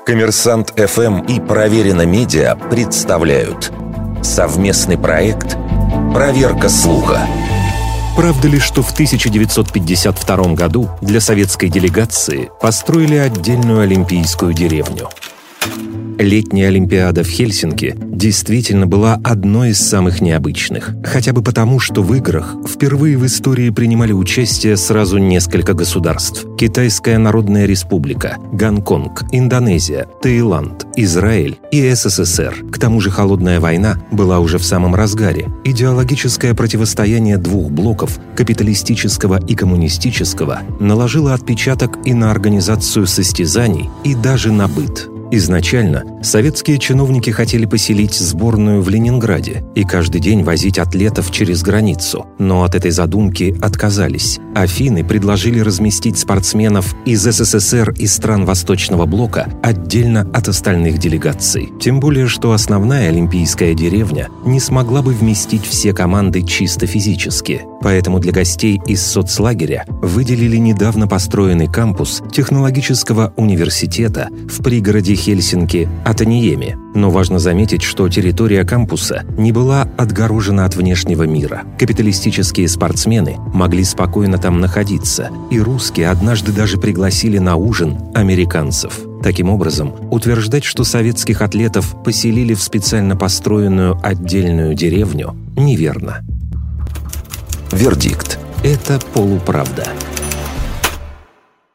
Коммерсант ФМ и Проверено Медиа представляют совместный проект «Проверка слуха». Правда ли, что в 1952 году для советской делегации построили отдельную олимпийскую деревню? Летняя Олимпиада в Хельсинки действительно была одной из самых необычных. Хотя бы потому, что в играх впервые в истории принимали участие сразу несколько государств. Китайская Народная Республика, Гонконг, Индонезия, Таиланд, Израиль и СССР. К тому же холодная война была уже в самом разгаре. Идеологическое противостояние двух блоков, капиталистического и коммунистического, наложило отпечаток и на организацию состязаний, и даже на быт. Изначально советские чиновники хотели поселить сборную в Ленинграде и каждый день возить атлетов через границу, но от этой задумки отказались. Афины предложили разместить спортсменов из СССР и стран Восточного блока отдельно от остальных делегаций. Тем более, что основная олимпийская деревня не смогла бы вместить все команды чисто физически. Поэтому для гостей из соцлагеря выделили недавно построенный кампус технологического университета в пригороде Хельсинки Атаниеми. Но важно заметить, что территория кампуса не была отгорожена от внешнего мира. Капиталистические спортсмены могли спокойно там находиться, и русские однажды даже пригласили на ужин американцев. Таким образом, утверждать, что советских атлетов поселили в специально построенную отдельную деревню, неверно. Вердикт. Это полуправда.